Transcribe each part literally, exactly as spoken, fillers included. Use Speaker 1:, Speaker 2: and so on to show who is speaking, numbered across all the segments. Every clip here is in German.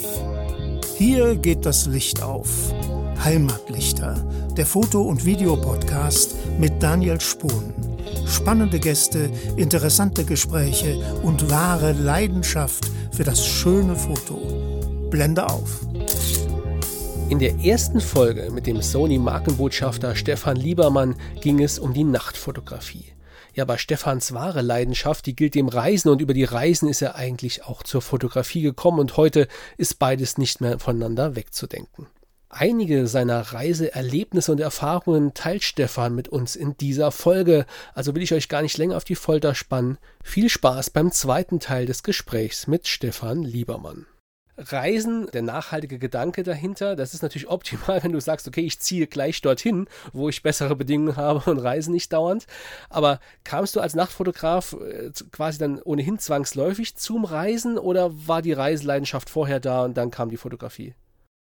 Speaker 1: Hier geht das Licht auf. Heimatlichter, der Foto- und Videopodcast mit Daniel Spohn. Spannende Gäste, interessante Gespräche und wahre Leidenschaft für das schöne Foto. Blende auf.
Speaker 2: In der ersten Folge mit dem Sony-Markenbotschafter Stefan Liebermann ging es um die Nachtfotografie. Ja, aber Stefans wahre Leidenschaft, die gilt dem Reisen, und über die Reisen ist er eigentlich auch zur Fotografie gekommen, und heute ist beides nicht mehr voneinander wegzudenken. Einige seiner Reiseerlebnisse und Erfahrungen teilt Stefan mit uns in dieser Folge, also will ich euch gar nicht länger auf die Folter spannen. Viel Spaß beim zweiten Teil des Gesprächs mit Stefan Liebermann. Reisen, der nachhaltige Gedanke dahinter, das ist natürlich optimal, wenn du sagst, okay, ich ziehe gleich dorthin, wo ich bessere Bedingungen habe und reise nicht dauernd. Aber kamst du als Nachtfotograf äh, quasi dann ohnehin zwangsläufig zum Reisen, oder war die Reiseleidenschaft vorher da und dann kam die Fotografie?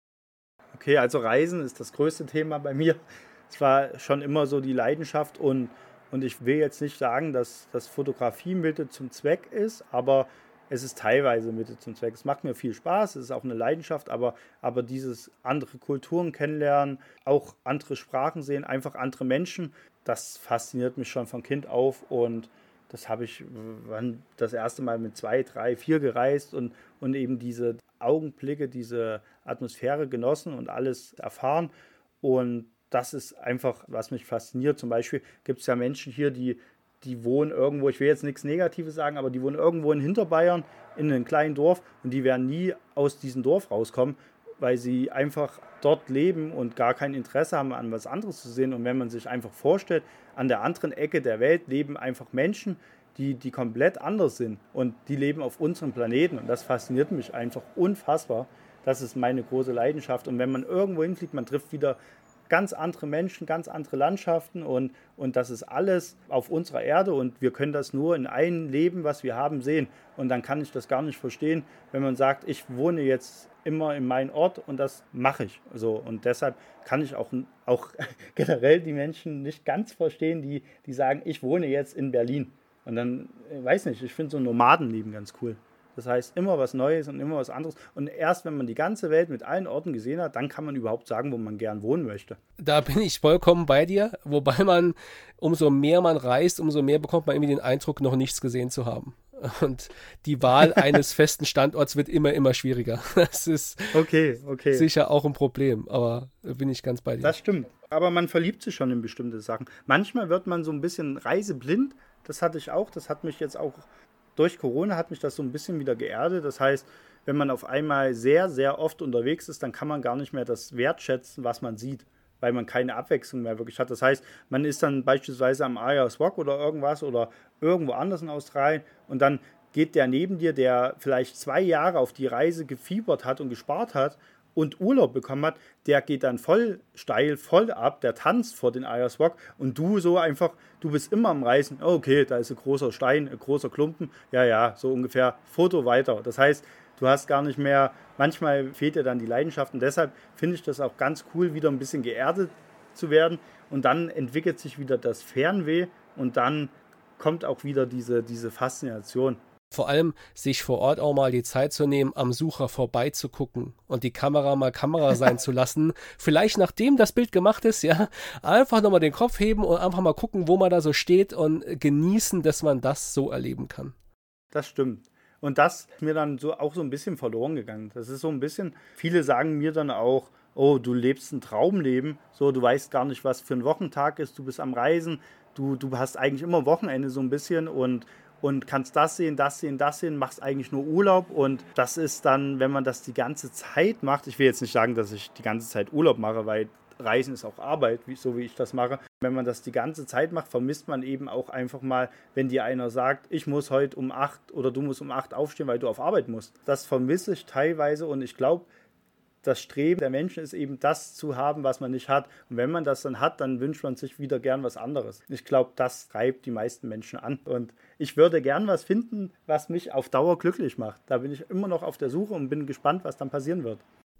Speaker 3: Okay, also Reisen ist das größte Thema bei mir. Es war schon immer so die Leidenschaft, und, und ich will jetzt nicht sagen, dass das Fotografie Mittel zum Zweck ist, aber es ist teilweise Mittel zum Zweck. Es macht mir viel Spaß, es ist auch eine Leidenschaft, aber, aber dieses andere Kulturen kennenlernen, auch andere Sprachen sehen, einfach andere Menschen, das fasziniert mich schon von Kind auf, und das habe ich wann das erste Mal mit zwei, drei, vier gereist und, und eben diese Augenblicke, diese Atmosphäre genossen und alles erfahren, und das ist einfach, was mich fasziniert. Zum Beispiel gibt es ja Menschen hier, die Die wohnen irgendwo, ich will jetzt nichts Negatives sagen, aber die wohnen irgendwo in Hinterbayern in einem kleinen Dorf, und die werden nie aus diesem Dorf rauskommen, weil sie einfach dort leben und gar kein Interesse haben, an was anderes zu sehen. Und wenn man sich einfach vorstellt, an der anderen Ecke der Welt leben einfach Menschen, die, die komplett anders sind, und die leben auf unserem Planeten, und das fasziniert mich einfach unfassbar. Das ist meine große Leidenschaft, und wenn man irgendwo hinfliegt, man trifft wieder ganz andere Menschen, ganz andere Landschaften, und, und das ist alles auf unserer Erde, und wir können das nur in einem Leben, was wir haben, sehen. Und dann kann ich das gar nicht verstehen, wenn man sagt, ich wohne jetzt immer in meinem Ort und das mache ich so. Und deshalb kann ich auch, auch generell die Menschen nicht ganz verstehen, die, die sagen, ich wohne jetzt in Berlin. Und dann, ich weiß nicht, ich finde so ein Nomadenleben ganz cool. Das heißt, immer was Neues und immer was anderes. Und erst wenn man die ganze Welt mit allen Orten gesehen hat, dann kann man überhaupt sagen, wo man gern wohnen möchte.
Speaker 2: Da bin ich vollkommen bei dir, wobei man, umso mehr man reist, umso mehr bekommt man irgendwie den Eindruck, noch nichts gesehen zu haben. Und die Wahl eines festen Standorts wird immer, immer schwieriger. Das ist
Speaker 3: okay, okay.
Speaker 2: sicher auch ein Problem, aber da bin ich ganz bei dir.
Speaker 3: Das stimmt, aber man verliebt sich schon in bestimmte Sachen. Manchmal wird man so ein bisschen reiseblind, das hatte ich auch, das hat mich jetzt auch durch Corona hat mich das so ein bisschen wieder geerdet. Das heißt, wenn man auf einmal sehr, sehr oft unterwegs ist, dann kann man gar nicht mehr das wertschätzen, was man sieht, weil man keine Abwechslung mehr wirklich hat. Das heißt, man ist dann beispielsweise am Ayers Rock oder irgendwas oder irgendwo anders in Australien, und dann geht der neben dir, der vielleicht zwei Jahre auf die Reise gefiebert hat und gespart hat und Urlaub bekommen hat, der geht dann voll steil, voll ab, der tanzt vor den Ayers Rock, und du so einfach, du bist immer am Reisen, okay, da ist ein großer Stein, ein großer Klumpen, ja, ja, so ungefähr, Foto weiter. Das heißt, du hast gar nicht mehr, manchmal fehlt dir dann die Leidenschaft, und deshalb finde ich das auch ganz cool, wieder ein bisschen geerdet zu werden, und dann entwickelt sich wieder das Fernweh, und dann kommt auch wieder diese, diese Faszination.
Speaker 2: Vor allem sich vor Ort auch mal die Zeit zu nehmen, am Sucher vorbeizugucken und die Kamera mal Kamera sein zu lassen. Vielleicht nachdem das Bild gemacht ist, ja, einfach nochmal den Kopf heben und einfach mal gucken, wo man da so steht, und genießen, dass man das so erleben kann.
Speaker 3: Das stimmt. Und das ist mir dann so auch so ein bisschen verloren gegangen. Das ist so ein bisschen, viele sagen mir dann auch, oh, du lebst ein Traumleben, so, du weißt gar nicht, was für ein Wochentag ist, du bist am Reisen, du, du hast eigentlich immer Wochenende so ein bisschen, und und kannst das sehen, das sehen, das sehen, machst eigentlich nur Urlaub, und das ist dann, wenn man das die ganze Zeit macht, ich will jetzt nicht sagen, dass ich die ganze Zeit Urlaub mache, weil Reisen ist auch Arbeit, wie, so wie ich das mache. Wenn man das die ganze Zeit macht, vermisst man eben auch einfach mal, wenn dir einer sagt, ich muss heute um acht oder du musst um acht aufstehen, weil du auf Arbeit musst. Das vermisse ich teilweise, und ich glaube, das Streben der Menschen ist eben das zu haben, was man nicht hat. Und wenn man das dann hat, dann wünscht man sich wieder gern was anderes. Ich glaube, das treibt die meisten Menschen an. Und ich würde gern was finden, was mich auf Dauer glücklich macht. Da bin ich immer noch auf der Suche und bin gespannt, was dann passieren wird.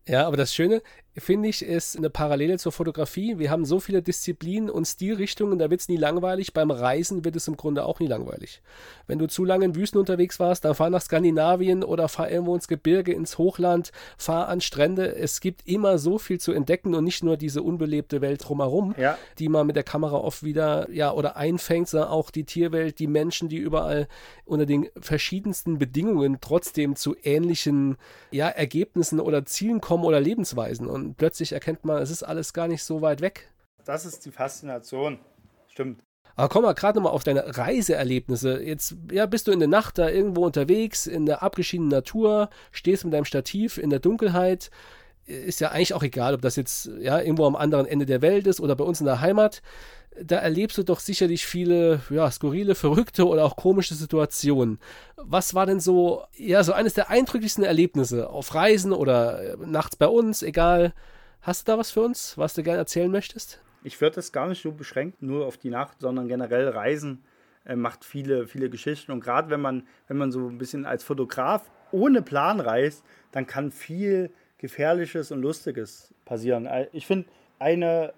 Speaker 2: Ja, aber das Schöne, finde ich, ist eine Parallele zur Fotografie. Wir haben so viele Disziplinen und Stilrichtungen, da wird es nie langweilig. Beim Reisen wird es im Grunde auch nie langweilig. Wenn du zu lange in Wüsten unterwegs warst, dann fahr nach Skandinavien oder fahr irgendwo ins Gebirge, ins Hochland, fahr an Strände. Es gibt immer so viel zu entdecken und nicht nur diese unbelebte Welt drumherum,
Speaker 3: Ja.
Speaker 2: die man mit der Kamera oft wieder, ja, oder einfängt, sondern auch die Tierwelt, die Menschen, die überall unter den verschiedensten Bedingungen trotzdem zu ähnlichen, ja, Ergebnissen oder Zielen kommen oder Lebensweisen. Und plötzlich erkennt man, es ist alles gar nicht so weit weg.
Speaker 3: Das ist die Faszination. Stimmt.
Speaker 2: Aber komm mal gerade nochmal auf deine Reiseerlebnisse. Jetzt ja, bist du in der Nacht da irgendwo unterwegs, in der abgeschiedenen Natur, stehst mit deinem Stativ in der Dunkelheit. Ist ja eigentlich auch egal, ob das jetzt ja, irgendwo am anderen Ende der Welt ist oder bei uns in der Heimat. Da erlebst du doch sicherlich viele ja, skurrile, verrückte oder auch komische Situationen. Was war denn so, ja, so eines der eindrücklichsten Erlebnisse auf Reisen oder nachts bei uns, egal. Hast du da was für uns, was du gerne erzählen möchtest?
Speaker 3: Ich würde das gar nicht so beschränkt nur auf die Nacht, sondern generell Reisen äh, macht viele, viele Geschichten. Und gerade wenn man, wenn man so ein bisschen als Fotograf ohne Plan reist, dann kann viel Gefährliches und Lustiges passieren. Ich finde, eine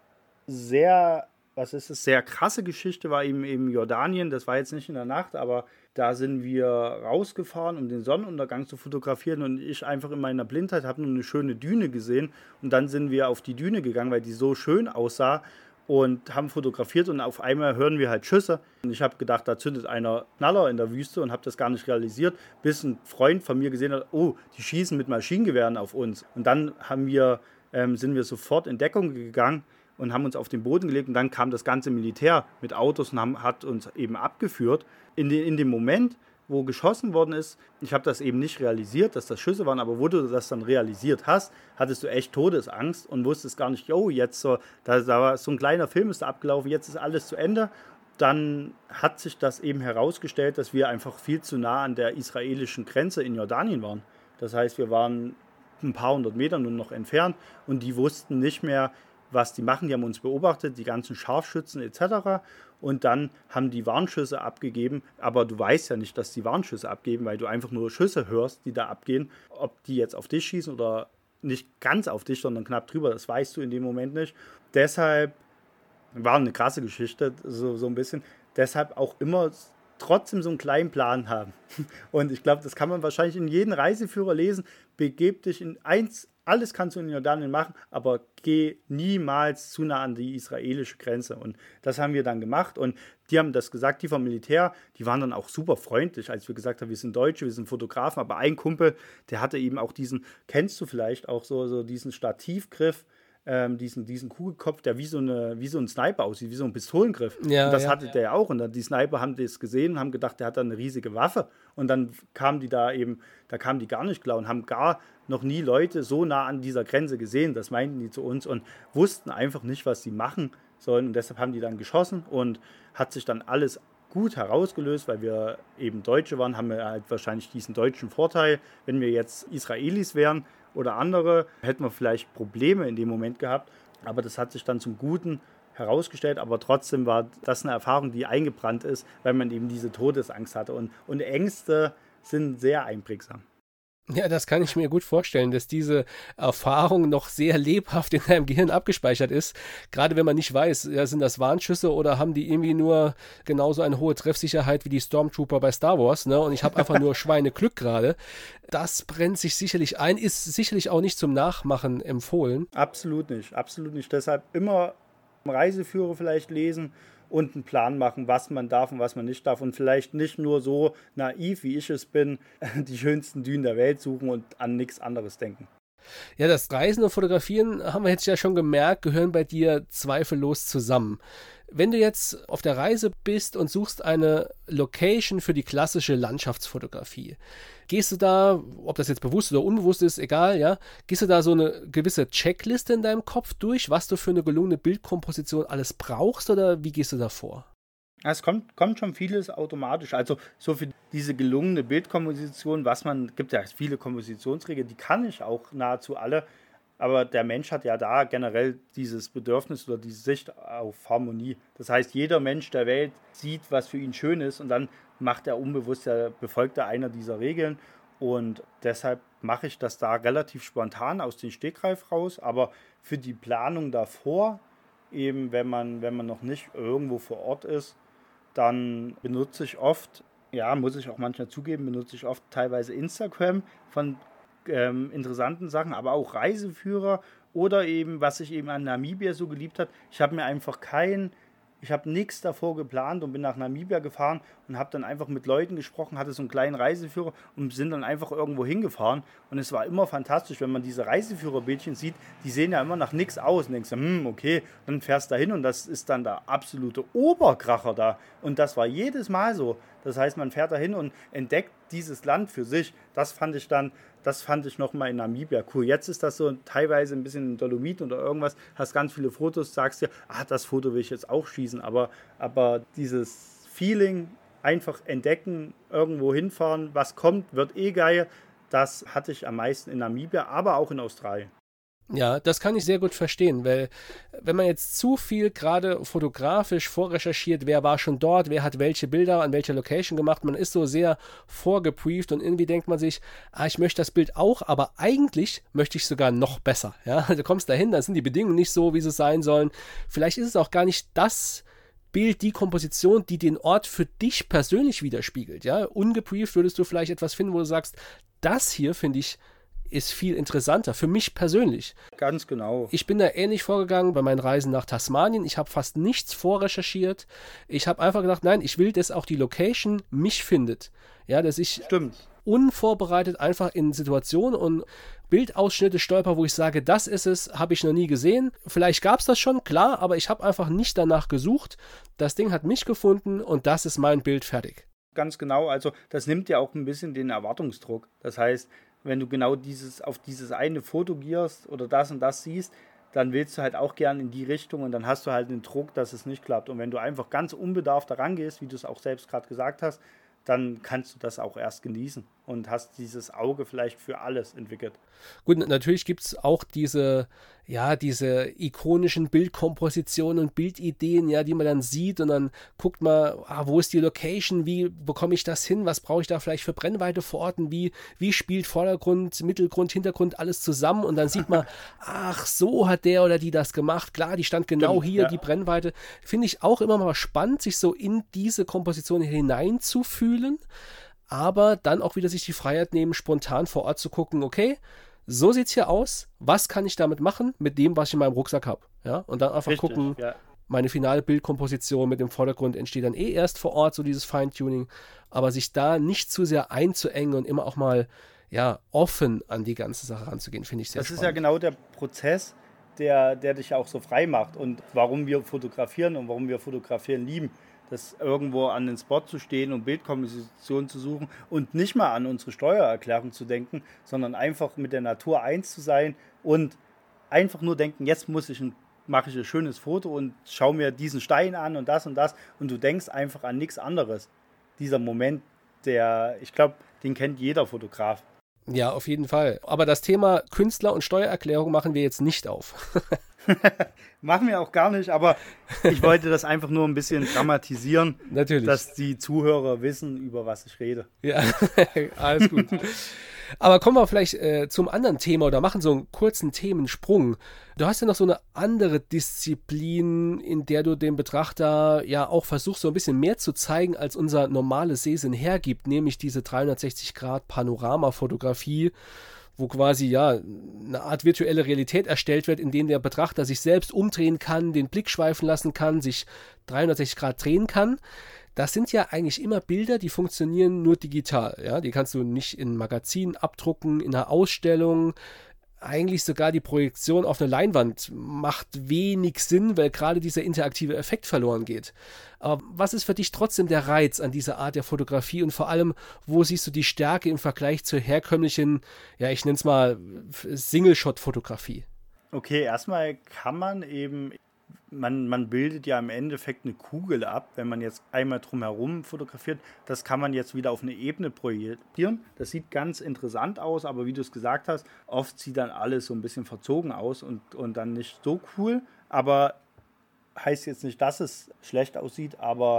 Speaker 3: sehr, was ist es, sehr krasse Geschichte war eben, eben Jordanien. Das war jetzt nicht in der Nacht, aber da sind wir rausgefahren, um den Sonnenuntergang zu fotografieren, und ich einfach in meiner Blindheit habe nur eine schöne Düne gesehen, und dann sind wir auf die Düne gegangen, weil die so schön aussah, und haben fotografiert, und auf einmal hören wir halt Schüsse, und ich habe gedacht, da zündet einer Knaller in der Wüste, und habe das gar nicht realisiert, bis ein Freund von mir gesehen hat, oh, die schießen mit Maschinengewehren auf uns, und dann haben wir, ähm, sind wir sofort in Deckung gegangen und haben uns auf den Boden gelegt, und dann kam das ganze Militär mit Autos und haben, hat uns eben abgeführt. In, de, in dem Moment, wo geschossen worden ist, ich habe das eben nicht realisiert, dass das Schüsse waren, aber wo du das dann realisiert hast, hattest du echt Todesangst und wusstest gar nicht, oh, jetzt so, da, da war so ein kleiner Film ist da abgelaufen, jetzt ist alles zu Ende. Dann hat sich das eben herausgestellt, dass wir einfach viel zu nah an der israelischen Grenze in Jordanien waren. Das heißt, wir waren ein paar hundert Meter nur noch entfernt, und die wussten nicht mehr, was die machen. Die haben uns beobachtet, die ganzen Scharfschützen et cetera. Und dann haben die Warnschüsse abgegeben. Aber du weißt ja nicht, dass die Warnschüsse abgeben, weil du einfach nur Schüsse hörst, die da abgehen. Ob die jetzt auf dich schießen oder nicht ganz auf dich, sondern knapp drüber, das weißt du in dem Moment nicht. Deshalb war eine krasse Geschichte, so, so ein bisschen. Deshalb auch immer trotzdem so einen kleinen Plan haben. Und ich glaube, das kann man wahrscheinlich in jedem Reiseführer lesen. Begeb dich in eins, alles kannst du in Jordanien machen, aber geh niemals zu nah an die israelische Grenze. Und das haben wir dann gemacht, und die haben das gesagt, die vom Militär, die waren dann auch super freundlich, als wir gesagt haben, wir sind Deutsche, wir sind Fotografen, aber ein Kumpel, der hatte eben auch diesen, kennst du vielleicht auch so, so diesen Stativgriff, Ähm, diesen, diesen Kugelkopf, der wie so, eine, wie so ein Sniper aussieht, wie so ein Pistolengriff.
Speaker 2: Ja,
Speaker 3: und das
Speaker 2: ja,
Speaker 3: hatte
Speaker 2: ja.
Speaker 3: der ja auch. Und dann die Sniper haben das gesehen und haben gedacht, der hat da eine riesige Waffe. Und dann kamen die da eben, da kamen die gar nicht klar und haben gar noch nie Leute so nah an dieser Grenze gesehen. Das meinten die zu uns und wussten einfach nicht, was sie machen sollen. Und deshalb haben die dann geschossen, und hat sich dann alles gut herausgelöst, weil wir eben Deutsche waren, haben wir halt wahrscheinlich diesen deutschen Vorteil. Wenn wir jetzt Israelis wären oder andere, hätten wir vielleicht Probleme in dem Moment gehabt. Aber das hat sich dann zum Guten herausgestellt. Aber trotzdem war das eine Erfahrung, die eingebrannt ist, weil man eben diese Todesangst hatte. Und, und Ängste sind sehr einprägsam.
Speaker 2: Ja, das kann ich mir gut vorstellen, dass diese Erfahrung noch sehr lebhaft in deinem Gehirn abgespeichert ist. Gerade wenn man nicht weiß, ja, sind das Warnschüsse oder haben die irgendwie nur genauso eine hohe Treffsicherheit wie die Stormtrooper bei Star Wars, ne? Und ich habe einfach nur Schweineglück gerade. Das brennt sich sicherlich ein, ist sicherlich auch nicht zum Nachmachen empfohlen.
Speaker 3: Absolut nicht, absolut nicht. Deshalb immer Reiseführer vielleicht lesen und einen Plan machen, was man darf und was man nicht darf. Und vielleicht nicht nur so naiv, wie ich es bin, die schönsten Dünen der Welt suchen und an nichts anderes denken.
Speaker 2: Ja, das Reisen und Fotografieren, haben wir jetzt ja schon gemerkt, gehören bei dir zweifellos zusammen. Wenn du jetzt auf der Reise bist und suchst eine Location für die klassische Landschaftsfotografie, gehst du da, ob das jetzt bewusst oder unbewusst ist, egal, ja, gehst du da so eine gewisse Checkliste in deinem Kopf durch, was du für eine gelungene Bildkomposition alles brauchst, oder wie gehst du da vor?
Speaker 3: Es kommt, kommt schon vieles automatisch. Also so für diese gelungene Bildkomposition, was man, gibt ja viele Kompositionsregeln, die kann ich auch nahezu alle. Aber der Mensch hat ja da generell dieses Bedürfnis oder diese Sicht auf Harmonie. Das heißt, jeder Mensch der Welt sieht, was für ihn schön ist, und dann macht er unbewusst, ja, befolgt er einer dieser Regeln. Und deshalb mache ich das da relativ spontan aus dem Stegreif raus. Aber für die Planung davor, eben wenn man, wenn man noch nicht irgendwo vor Ort ist, dann benutze ich oft, ja, muss ich auch manchmal zugeben, benutze ich oft teilweise Instagram von ähm, interessanten Sachen, aber auch Reiseführer oder eben, was ich eben an Namibia so geliebt habe, ich habe mir einfach kein, ich habe nichts davor geplant und bin nach Namibia gefahren und habe dann einfach mit Leuten gesprochen, hatte so einen kleinen Reiseführer und sind dann einfach irgendwo hingefahren. Und es war immer fantastisch, wenn man diese Reiseführerbildchen sieht, die sehen ja immer nach nichts aus. Und denkst du, hm, okay, dann fährst du da hin und das ist dann der absolute Oberkracher da. Und das war jedes Mal so. Das heißt, man fährt da hin und entdeckt dieses Land für sich. Das fand ich dann, das fand ich nochmal in Namibia cool. Jetzt ist das so teilweise ein bisschen Dolomit oder irgendwas, hast ganz viele Fotos, sagst dir, ah, das Foto will ich jetzt auch schießen. Aber, aber dieses Feeling, einfach entdecken, irgendwo hinfahren, was kommt, wird eh geil, das hatte ich am meisten in Namibia, aber auch in Australien.
Speaker 2: Ja, das kann ich sehr gut verstehen, weil wenn man jetzt zu viel gerade fotografisch vorrecherchiert, wer war schon dort, wer hat welche Bilder an welcher Location gemacht, man ist so sehr vorgebrieft und irgendwie denkt man sich, ah, ich möchte das Bild auch, aber eigentlich möchte ich sogar noch besser. Ja, du kommst dahin, da sind die Bedingungen nicht so, wie sie sein sollen. Vielleicht ist es auch gar nicht das Bild, die Komposition, die den Ort für dich persönlich widerspiegelt. Ja, ungebrieft würdest du vielleicht etwas finden, wo du sagst, das hier finde ich ist viel interessanter, für mich persönlich.
Speaker 3: Ganz genau.
Speaker 2: Ich bin da ähnlich vorgegangen bei meinen Reisen nach Tasmanien. Ich habe fast nichts vorrecherchiert. Ich habe einfach gedacht, nein, ich will, dass auch die Location mich findet. Ja, dass ich
Speaker 3: Stimmt.
Speaker 2: unvorbereitet einfach in Situationen und Bildausschnitte stolper, wo ich sage, das ist es, habe ich noch nie gesehen. Vielleicht gab es das schon, klar, aber ich habe einfach nicht danach gesucht. Das Ding hat mich gefunden und das ist mein Bild, fertig.
Speaker 3: Ganz genau, also das nimmt ja auch ein bisschen den Erwartungsdruck. Das heißt, wenn du genau dieses auf dieses eine Foto gierst oder das und das siehst, dann willst du halt auch gern in die Richtung und dann hast du halt den Druck, dass es nicht klappt. Und wenn du einfach ganz unbedarft daran gehst, wie du es auch selbst gerade gesagt hast, dann kannst du das auch erst genießen und hast dieses Auge vielleicht für alles entwickelt.
Speaker 2: Gut, natürlich gibt es auch diese, ja, diese ikonischen Bildkompositionen und Bildideen, ja, die man dann sieht und dann guckt man, ah, wo ist die Location, wie bekomme ich das hin, was brauche ich da vielleicht für Brennweite verorten, wie, wie spielt Vordergrund, Mittelgrund, Hintergrund alles zusammen und dann sieht man, ach, so hat der oder die das gemacht, klar, die stand genau
Speaker 3: Stimmt,
Speaker 2: hier,
Speaker 3: ja.
Speaker 2: Die Brennweite. Finde ich auch immer mal spannend, sich so in diese Komposition hineinzufühlen, aber dann auch wieder sich die Freiheit nehmen, spontan vor Ort zu gucken, okay, so sieht es hier aus, was kann ich damit machen, mit dem, was ich in meinem Rucksack habe. Ja? Und dann einfach
Speaker 3: Richtig,
Speaker 2: gucken,
Speaker 3: ja.
Speaker 2: meine finale Bildkomposition mit dem Vordergrund entsteht dann eh erst vor Ort, so dieses Feintuning, aber sich da nicht zu sehr einzuengen und immer auch mal ja, offen an die ganze Sache ranzugehen, finde ich sehr
Speaker 3: Das
Speaker 2: spannend.
Speaker 3: ist ja genau der Prozess, der, der dich auch so frei macht und warum wir fotografieren und warum wir fotografieren lieben. Das irgendwo an den Spot zu stehen und Bildkomposition zu suchen und nicht mal an unsere Steuererklärung zu denken, sondern einfach mit der Natur eins zu sein und einfach nur denken, jetzt muss ich ein, mache ich ein schönes Foto und schaue mir diesen Stein an und das und das und du denkst einfach an nichts anderes. Dieser Moment, der, ich glaube, den kennt jeder Fotograf.
Speaker 2: Ja, auf jeden Fall. Aber das Thema Künstler und Steuererklärung machen wir jetzt nicht auf.
Speaker 3: Machen wir auch gar nicht, aber ich wollte das einfach nur ein bisschen dramatisieren,
Speaker 2: Natürlich.
Speaker 3: dass die Zuhörer wissen, über was ich rede.
Speaker 2: Ja, alles gut. Aber kommen wir vielleicht äh, zum anderen Thema oder machen so einen kurzen Themensprung. Du hast ja noch so eine andere Disziplin, in der du dem Betrachter ja auch versuchst, so ein bisschen mehr zu zeigen, als unser normales Sehsinn hergibt, nämlich diese dreihundertsechzig Grad Panoramafotografie, wo quasi ja eine Art virtuelle Realität erstellt wird, in denen der Betrachter sich selbst umdrehen kann, den Blick schweifen lassen kann, sich dreihundertsechzig Grad drehen kann. Das sind ja eigentlich immer Bilder, die funktionieren nur digital. Ja? Die kannst du nicht in Magazinen abdrucken, in einer Ausstellung. Eigentlich sogar die Projektion auf eine Leinwand macht wenig Sinn, weil gerade dieser interaktive Effekt verloren geht. Aber was ist für dich trotzdem der Reiz an dieser Art der Fotografie und vor allem, wo siehst du die Stärke im Vergleich zur herkömmlichen, ja ich nenne es mal Single-Shot-Fotografie?
Speaker 3: Okay, erstmal kann man eben, man, man bildet ja im Endeffekt eine Kugel ab, wenn man jetzt einmal drumherum fotografiert. Das kann man jetzt wieder auf eine Ebene projizieren. Das sieht ganz interessant aus, aber wie du es gesagt hast, oft sieht dann alles so ein bisschen verzogen aus und, und dann nicht so cool. Aber heißt jetzt nicht, dass es schlecht aussieht, aber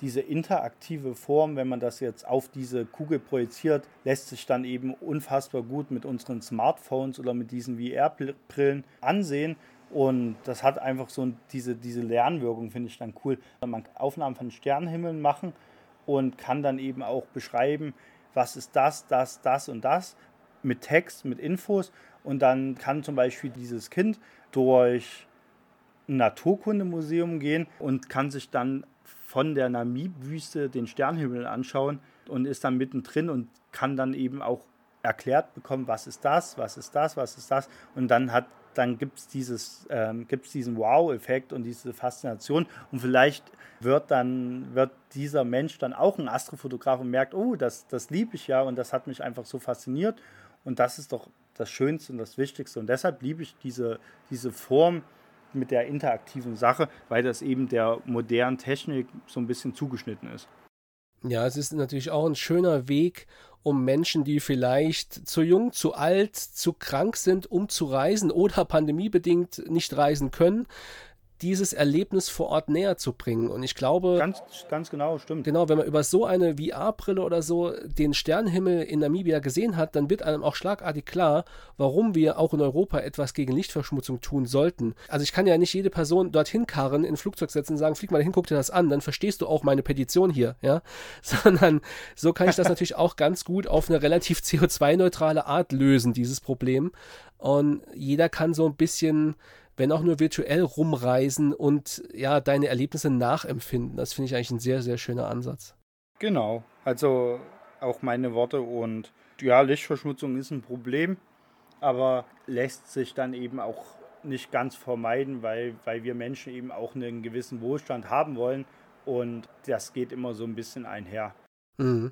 Speaker 3: diese interaktive Form, wenn man das jetzt auf diese Kugel projiziert, lässt sich dann eben unfassbar gut mit unseren Smartphones oder mit diesen V R-Brillen ansehen. Und das hat einfach so diese, diese Lernwirkung, finde ich dann cool. Man kann Aufnahmen von Sternenhimmeln machen und kann dann eben auch beschreiben, was ist das, das, das und das, mit Text, mit Infos. Und dann kann zum Beispiel dieses Kind durch ein Naturkundemuseum gehen und kann sich dann von der Namib-Wüste den Sternenhimmel anschauen und ist dann mittendrin und kann dann eben auch erklärt bekommen, was ist das, was ist das, was ist das. Und dann hat dann gibt es dieses, ähm, gibt's diesen Wow-Effekt und diese Faszination. Und vielleicht wird dann wird dieser Mensch dann auch ein Astrofotograf und merkt, oh, das, das liebe ich ja und das hat mich einfach so fasziniert. Und das ist doch das Schönste und das Wichtigste. Und deshalb liebe ich diese, diese Form mit der interaktiven Sache, weil das eben der modernen Technik so ein bisschen zugeschnitten ist.
Speaker 2: Ja, es ist natürlich auch ein schöner Weg, um Menschen, die vielleicht zu jung, zu alt, zu krank sind, um zu reisen oder pandemiebedingt nicht reisen können, dieses Erlebnis vor Ort näher zu bringen. Und ich glaube...
Speaker 3: Ganz, ganz genau, stimmt.
Speaker 2: Genau, wenn man über so eine V R-Brille oder so den Sternenhimmel in Namibia gesehen hat, dann wird einem auch schlagartig klar, warum wir auch in Europa etwas gegen Lichtverschmutzung tun sollten. Also ich kann ja nicht jede Person dorthin karren, in ein Flugzeug setzen und sagen, flieg mal dahin, guck dir das an, dann verstehst du auch meine Petition hier, ja. Sondern so kann ich das natürlich auch ganz gut auf eine relativ C O zwei neutrale Art lösen, dieses Problem. Und jeder kann so ein bisschen, wenn auch nur virtuell, rumreisen und ja, deine Erlebnisse nachempfinden. Das finde ich eigentlich ein sehr, sehr schöner Ansatz.
Speaker 3: Genau, also auch meine Worte. Und ja, Lichtverschmutzung ist ein Problem, aber lässt sich dann eben auch nicht ganz vermeiden, weil, weil wir Menschen eben auch einen gewissen Wohlstand haben wollen und das geht immer so ein bisschen einher.
Speaker 2: Mhm.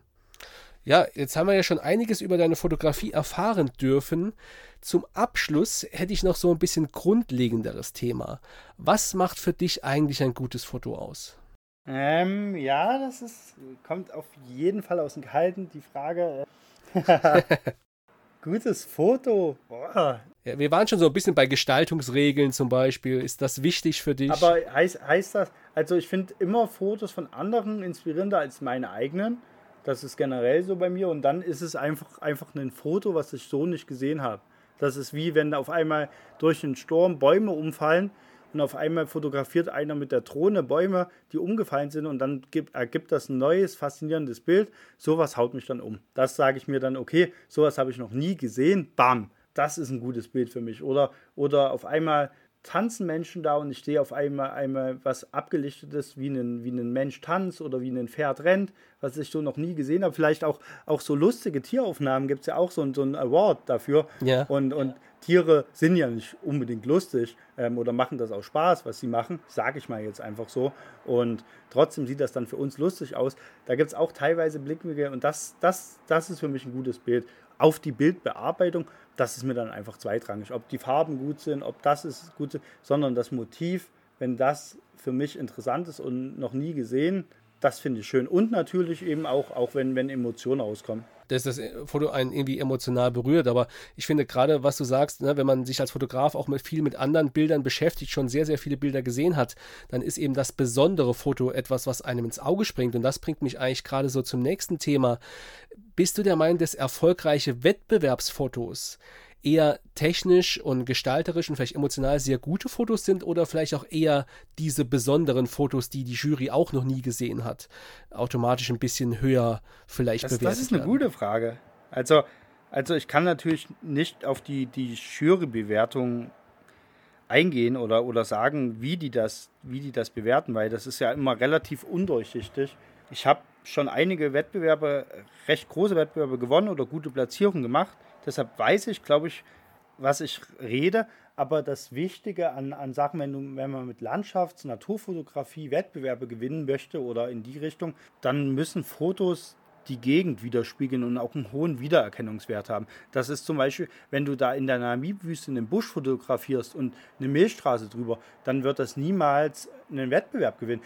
Speaker 2: Ja, jetzt haben wir ja schon einiges über deine Fotografie erfahren dürfen. Zum Abschluss hätte ich noch so ein bisschen grundlegenderes Thema. Was macht für dich eigentlich ein gutes Foto aus?
Speaker 3: Ähm, ja, das ist, kommt auf jeden Fall aus dem Kalten, die Frage. Gutes Foto. Boah.
Speaker 2: Ja, wir waren schon so ein bisschen bei Gestaltungsregeln zum Beispiel. Ist das wichtig für dich?
Speaker 3: Aber heißt, heißt das, also ich finde immer Fotos von anderen inspirierender als meine eigenen. Das ist generell so bei mir und dann ist es einfach, einfach ein Foto, was ich so nicht gesehen habe. Das ist wie wenn auf einmal durch einen Sturm Bäume umfallen und auf einmal fotografiert einer mit der Drohne Bäume, die umgefallen sind und dann gibt, ergibt das ein neues, faszinierendes Bild. Sowas haut mich dann um. Das sage ich mir dann, okay, sowas habe ich noch nie gesehen, bam, das ist ein gutes Bild für mich. Oder, oder auf einmal tanzen Menschen da und ich sehe auf einmal, einmal was Abgelichtetes, wie ein, wie ein Mensch tanzt oder wie ein Pferd rennt, was ich so noch nie gesehen habe. Vielleicht auch, auch so lustige Tieraufnahmen, gibt es ja auch so, so einen Award dafür.
Speaker 2: Ja.
Speaker 3: Und, und Tiere sind ja nicht unbedingt lustig ähm, oder machen das auch Spaß, was sie machen, sage ich mal jetzt einfach so. Und trotzdem sieht das dann für uns lustig aus. Da gibt es auch teilweise Blickwinkel und das, das, das ist für mich ein gutes Bild. Auf die Bildbearbeitung, das ist mir dann einfach zweitrangig. Ob die Farben gut sind, ob das ist gut ist, sondern das Motiv, wenn das für mich interessant ist und noch nie gesehen, das finde ich schön. Und natürlich eben auch, auch wenn, wenn Emotionen rauskommen.
Speaker 2: Dass das Foto einen irgendwie emotional berührt, aber ich finde gerade, was du sagst, ne, wenn man sich als Fotograf auch mit viel mit anderen Bildern beschäftigt, schon sehr, sehr viele Bilder gesehen hat, dann ist eben das besondere Foto etwas, was einem ins Auge springt und das bringt mich eigentlich gerade so zum nächsten Thema. Bist du der Meinung, dass erfolgreiche Wettbewerbsfotos eher technisch und gestalterisch und vielleicht emotional sehr gute Fotos sind oder vielleicht auch eher diese besonderen Fotos, die die Jury auch noch nie gesehen hat, automatisch ein bisschen höher vielleicht
Speaker 3: das,
Speaker 2: bewertet werden?
Speaker 3: Das ist eine gute Frage. Also, also ich kann natürlich nicht auf die, die Jurybewertung eingehen oder, oder sagen, wie die, das, wie die das bewerten, weil das ist ja immer relativ undurchsichtig. Ich habe schon einige Wettbewerbe, recht große Wettbewerbe gewonnen oder gute Platzierungen gemacht. Deshalb weiß ich, glaube ich, was ich rede. Aber das Wichtige an, an Sachen, wenn, du, wenn man mit Landschafts-, Naturfotografie Wettbewerbe gewinnen möchte oder in die Richtung, dann müssen Fotos die Gegend widerspiegeln und auch einen hohen Wiedererkennungswert haben. Das ist zum Beispiel, wenn du da in der Namib-Wüste einen Busch fotografierst und eine Milchstraße drüber, dann wird das niemals einen Wettbewerb gewinnen.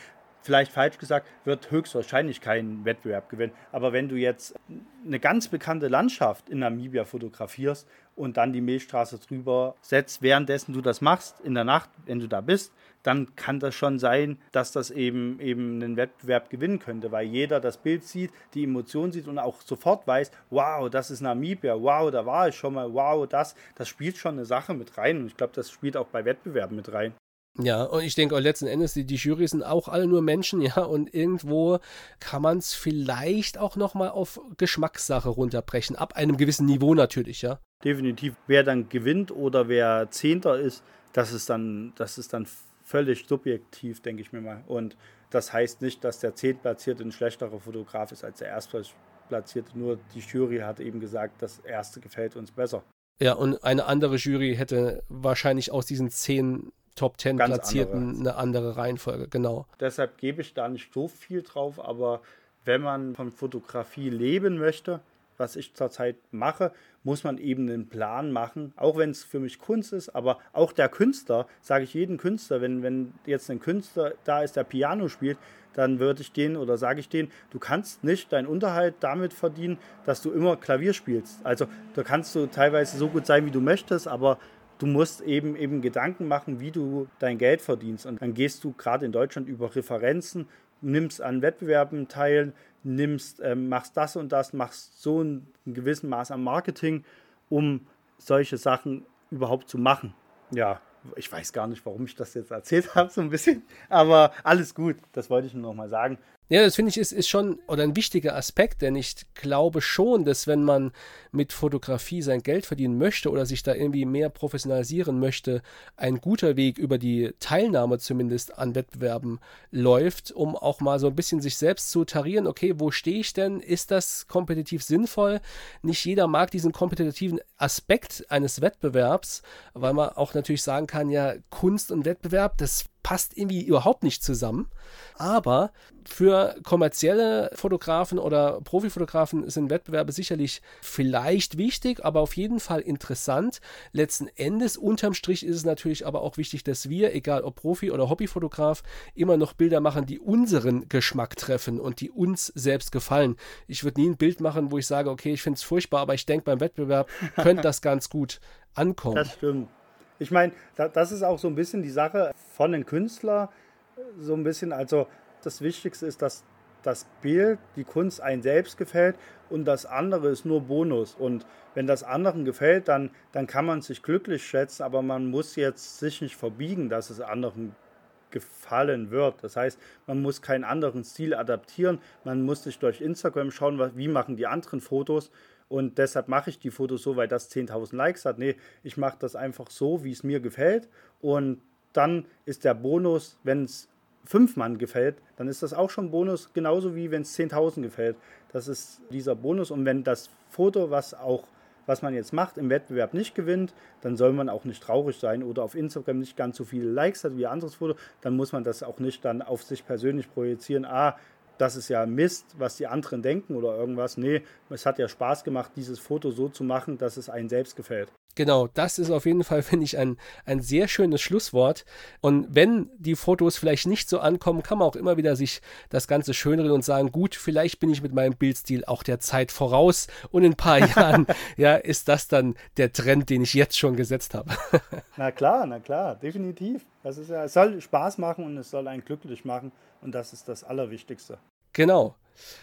Speaker 3: vielleicht falsch gesagt, wird höchstwahrscheinlich keinen Wettbewerb gewinnen. Aber wenn du jetzt eine ganz bekannte Landschaft in Namibia fotografierst und dann die Milchstraße drüber setzt, währenddessen du das machst, in der Nacht, wenn du da bist, dann kann das schon sein, dass das eben, eben einen Wettbewerb gewinnen könnte, weil jeder das Bild sieht, die Emotion sieht und auch sofort weiß, wow, das ist Namibia, wow, da war ich schon mal, wow, das, das spielt schon eine Sache mit rein und ich glaube, das spielt auch bei Wettbewerben mit rein.
Speaker 2: Ja, und ich denke auch letzten Endes, die, die Jury sind auch alle nur Menschen, ja, und irgendwo kann man es vielleicht auch nochmal auf Geschmackssache runterbrechen, ab einem gewissen Niveau natürlich, ja.
Speaker 3: Definitiv, wer dann gewinnt oder wer Zehnter ist, das ist dann, das ist dann völlig subjektiv, denke ich mir mal. Und das heißt nicht, dass der Zehntplatzierte ein schlechterer Fotograf ist als der Erstplatzierte, nur die Jury hat eben gesagt, das Erste gefällt uns besser.
Speaker 2: Ja, und eine andere Jury hätte wahrscheinlich aus diesen zehn Top Ten
Speaker 3: Ganz
Speaker 2: Platzierten
Speaker 3: andere.
Speaker 2: eine andere Reihenfolge, genau.
Speaker 3: Deshalb gebe ich da nicht so viel drauf, aber wenn man von Fotografie leben möchte, was ich zurzeit mache, muss man eben einen Plan machen, auch wenn es für mich Kunst ist, aber auch der Künstler, sage ich jedem Künstler, wenn, wenn jetzt ein Künstler da ist, der Piano spielt, dann würde ich den oder sage ich den, du kannst nicht deinen Unterhalt damit verdienen, dass du immer Klavier spielst. Also da kannst du teilweise so gut sein, wie du möchtest, aber du musst eben, eben Gedanken machen, wie du dein Geld verdienst. Und dann gehst du gerade in Deutschland über Referenzen, nimmst an Wettbewerben teil, nimmst, ähm, machst das und das, machst so ein, ein gewissen Maß an Marketing, um solche Sachen überhaupt zu machen. Ja, ich weiß gar nicht, warum ich das jetzt erzählt habe, so ein bisschen, aber alles gut, das wollte ich nur noch mal sagen.
Speaker 2: Ja, das finde ich ist, ist schon oder ein wichtiger Aspekt, denn ich glaube schon, dass wenn man mit Fotografie sein Geld verdienen möchte oder sich da irgendwie mehr professionalisieren möchte, ein guter Weg über die Teilnahme zumindest an Wettbewerben läuft, um auch mal so ein bisschen sich selbst zu tarieren, okay, wo stehe ich denn? Ist das kompetitiv sinnvoll? Nicht jeder mag diesen kompetitiven Aspekt eines Wettbewerbs, weil man auch natürlich sagen kann, ja, Kunst und Wettbewerb, das passt irgendwie überhaupt nicht zusammen. Aber für kommerzielle Fotografen oder Profifotografen sind Wettbewerbe sicherlich vielleicht wichtig, aber auf jeden Fall interessant. Letzten Endes, unterm Strich ist es natürlich aber auch wichtig, dass wir, egal ob Profi- oder Hobbyfotograf, immer noch Bilder machen, die unseren Geschmack treffen und die uns selbst gefallen. Ich würde nie ein Bild machen, wo ich sage, okay, ich finde es furchtbar, aber ich denke, beim Wettbewerb könnte das ganz gut ankommen.
Speaker 3: Das stimmt. Ich meine, das ist auch so ein bisschen die Sache von einem Künstler, so ein bisschen, also das Wichtigste ist, dass das Bild, die Kunst einem selbst gefällt und das andere ist nur Bonus. Und wenn das anderen gefällt, dann, dann kann man sich glücklich schätzen, aber man muss jetzt sich nicht verbiegen, dass es anderen gefallen wird. Das heißt, man muss keinen anderen Stil adaptieren, man muss sich durch Instagram schauen, wie machen die anderen Fotos. Und deshalb mache ich die Fotos so, weil das zehntausend Likes hat. Nee, ich mache das einfach so, wie es mir gefällt. Und dann ist der Bonus, wenn es fünf Mann gefällt, dann ist das auch schon Bonus, genauso wie wenn es zehntausend gefällt. Das ist dieser Bonus. Und wenn das Foto, was auch, was man jetzt macht, im Wettbewerb nicht gewinnt, dann soll man auch nicht traurig sein oder auf Instagram nicht ganz so viele Likes hat wie ein anderes Foto. Dann muss man das auch nicht dann auf sich persönlich projizieren. Ah, das ist ja Mist, was die anderen denken oder irgendwas. Nee, es hat ja Spaß gemacht, dieses Foto so zu machen, dass es einem selbst gefällt.
Speaker 2: Genau, das ist auf jeden Fall, finde ich, ein, ein sehr schönes Schlusswort. Und wenn die Fotos vielleicht nicht so ankommen, kann man auch immer wieder sich das Ganze schönreden und sagen, gut, vielleicht bin ich mit meinem Bildstil auch der Zeit voraus und in ein paar Jahren ja, ist das dann der Trend, den ich jetzt schon gesetzt habe.
Speaker 3: Na klar, na klar, definitiv. Das ist ja, es soll Spaß machen und es soll einen glücklich machen und das ist das Allerwichtigste.
Speaker 2: Genau.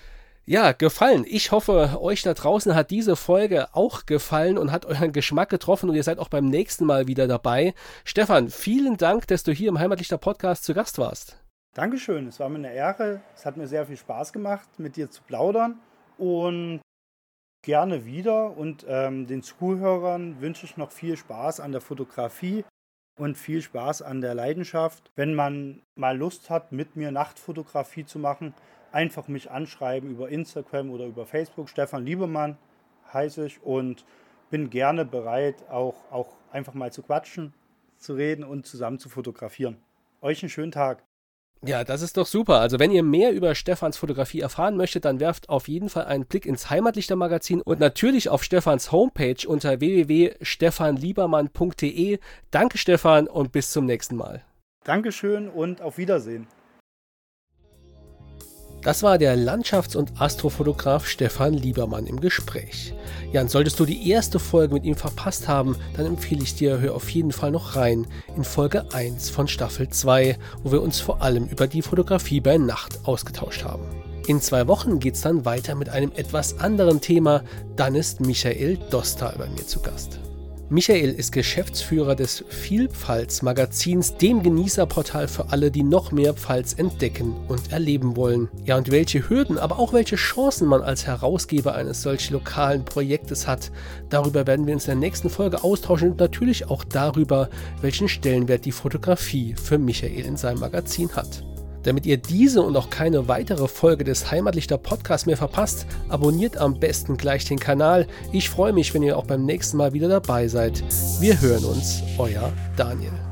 Speaker 2: Ja, gefallen. Ich hoffe, euch da draußen hat diese Folge auch gefallen und hat euren Geschmack getroffen und ihr seid auch beim nächsten Mal wieder dabei. Stefan, vielen Dank, dass du hier im Heimatlichter Podcast zu Gast warst.
Speaker 3: Dankeschön, es war mir eine Ehre. Es hat mir sehr viel Spaß gemacht, mit dir zu plaudern und gerne wieder. Und ähm, den Zuhörern wünsche ich noch viel Spaß an der Fotografie und viel Spaß an der Leidenschaft. Wenn man mal Lust hat, mit mir Nachtfotografie zu machen, einfach mich anschreiben über Instagram oder über Facebook. Stefan Liebermann heiße ich und bin gerne bereit, auch, auch einfach mal zu quatschen, zu reden und zusammen zu fotografieren. Euch einen schönen Tag.
Speaker 2: Ja, das ist doch super. Also wenn ihr mehr über Stefans Fotografie erfahren möchtet, dann werft auf jeden Fall einen Blick ins Heimatlichter-Magazin und natürlich auf Stefans Homepage unter w w w punkt stefan liebermann punkt d e. Danke Stefan und bis zum nächsten Mal.
Speaker 3: Dankeschön und auf Wiedersehen.
Speaker 2: Das war der Landschafts- und Astrofotograf Stefan Liebermann im Gespräch. Ja, und solltest du die erste Folge mit ihm verpasst haben, dann empfehle ich dir, hör auf jeden Fall noch rein in Folge eins von Staffel zwei, wo wir uns vor allem über die Fotografie bei Nacht ausgetauscht haben. In zwei Wochen geht's dann weiter mit einem etwas anderen Thema, dann ist Michael Dostal bei mir zu Gast. Michael ist Geschäftsführer des Vielpfalz-Magazins, dem Genießerportal für alle, die noch mehr Pfalz entdecken und erleben wollen. Ja, und welche Hürden, aber auch welche Chancen man als Herausgeber eines solch lokalen Projektes hat, darüber werden wir uns in der nächsten Folge austauschen und natürlich auch darüber, welchen Stellenwert die Fotografie für Michael in seinem Magazin hat. Damit ihr diese und auch keine weitere Folge des Heimatlichter Podcasts mehr verpasst, abonniert am besten gleich den Kanal. Ich freue mich, wenn ihr auch beim nächsten Mal wieder dabei seid. Wir hören uns, euer Daniel.